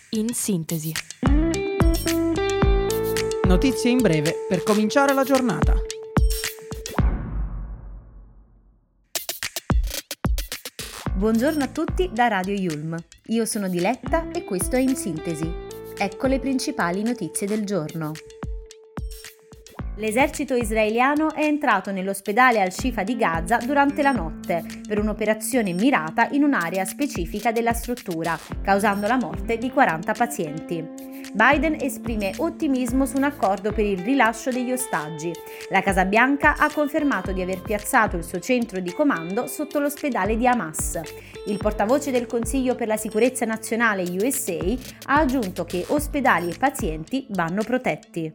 In sintesi. Notizie in breve per cominciare la giornata. Buongiorno a tutti da Radio Yulm. Io sono Diletta e questo è In Sintesi. Ecco le principali notizie del giorno. L'esercito israeliano è entrato nell'ospedale Al-Shifa di Gaza durante la notte per un'operazione mirata in un'area specifica della struttura, causando la morte di 40 pazienti. Biden esprime ottimismo su un accordo per il rilascio degli ostaggi. La Casa Bianca ha confermato di aver piazzato il suo centro di comando sotto l'ospedale di Hamas. Il portavoce del Consiglio per la Sicurezza Nazionale USA ha aggiunto che ospedali e pazienti vanno protetti.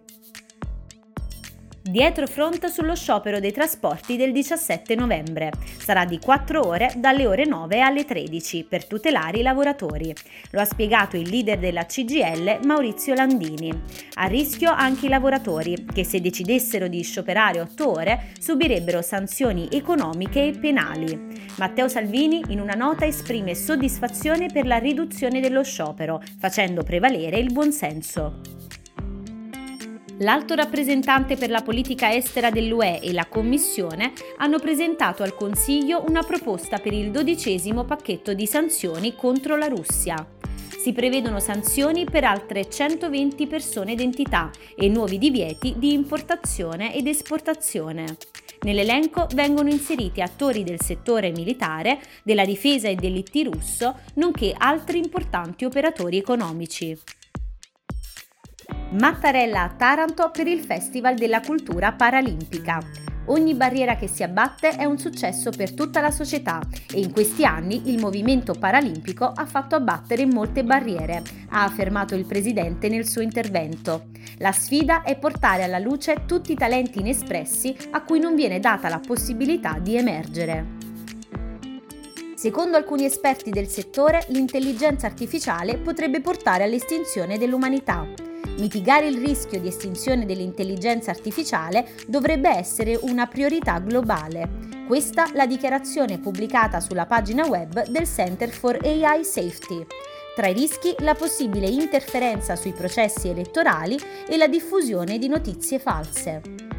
Dietro front sullo sciopero dei trasporti del 17 novembre. Sarà di 4 ore dalle ore 9 alle 13 per tutelare i lavoratori. Lo ha spiegato il leader della CGIL Maurizio Landini. A rischio anche i lavoratori che se decidessero di scioperare 8 ore subirebbero sanzioni economiche e penali. Matteo Salvini in una nota esprime soddisfazione per la riduzione dello sciopero, facendo prevalere il buonsenso. L'alto rappresentante per la politica estera dell'UE e la Commissione hanno presentato al Consiglio una proposta per il 12° pacchetto di sanzioni contro la Russia. Si prevedono sanzioni per altre 120 persone d'entità e nuovi divieti di importazione ed esportazione. Nell'elenco vengono inseriti attori del settore militare, della difesa e dell'IT russo, nonché altri importanti operatori economici. Mattarella a Taranto per il Festival della Cultura Paralimpica. Ogni barriera che si abbatte è un successo per tutta la società e in questi anni il movimento paralimpico ha fatto abbattere molte barriere, ha affermato il presidente nel suo intervento. La sfida è portare alla luce tutti i talenti inespressi a cui non viene data la possibilità di emergere. Secondo alcuni esperti del settore, l'intelligenza artificiale potrebbe portare all'estinzione dell'umanità. Mitigare il rischio di estinzione dell'intelligenza artificiale dovrebbe essere una priorità globale. Questa la dichiarazione pubblicata sulla pagina web del Center for AI Safety. Tra i rischi la possibile interferenza sui processi elettorali e la diffusione di notizie false.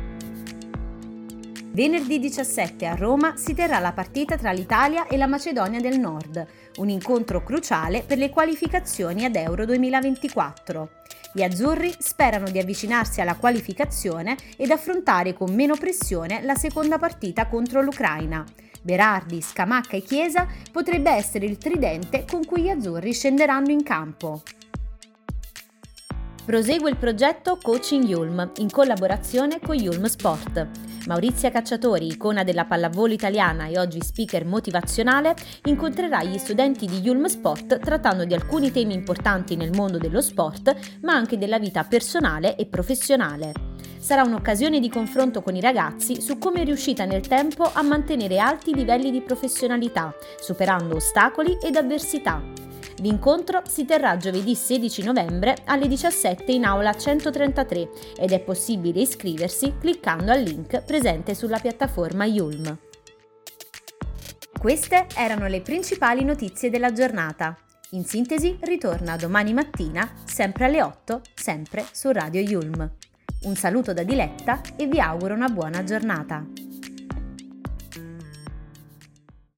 Venerdì 17 a Roma si terrà la partita tra l'Italia e la Macedonia del Nord, un incontro cruciale per le qualificazioni ad Euro 2024. Gli azzurri sperano di avvicinarsi alla qualificazione ed affrontare con meno pressione la seconda partita contro l'Ucraina. Berardi, Scamacca e Chiesa potrebbe essere il tridente con cui gli azzurri scenderanno in campo. Prosegue il progetto Coaching Yulm in collaborazione con Yulm Sport. Maurizia Cacciatori, icona della pallavolo italiana e oggi speaker motivazionale, incontrerà gli studenti di Yulm Sport trattando di alcuni temi importanti nel mondo dello sport, ma anche della vita personale e professionale. Sarà un'occasione di confronto con i ragazzi su come è riuscita nel tempo a mantenere alti livelli di professionalità, superando ostacoli ed avversità. L'incontro si terrà giovedì 16 novembre alle 17 in aula 133 ed è possibile iscriversi cliccando al link presente sulla piattaforma Yulm. Queste erano le principali notizie della giornata. In sintesi ritorna domani mattina, sempre alle 8, sempre su Radio Yulm. Un saluto da Diletta e vi auguro una buona giornata.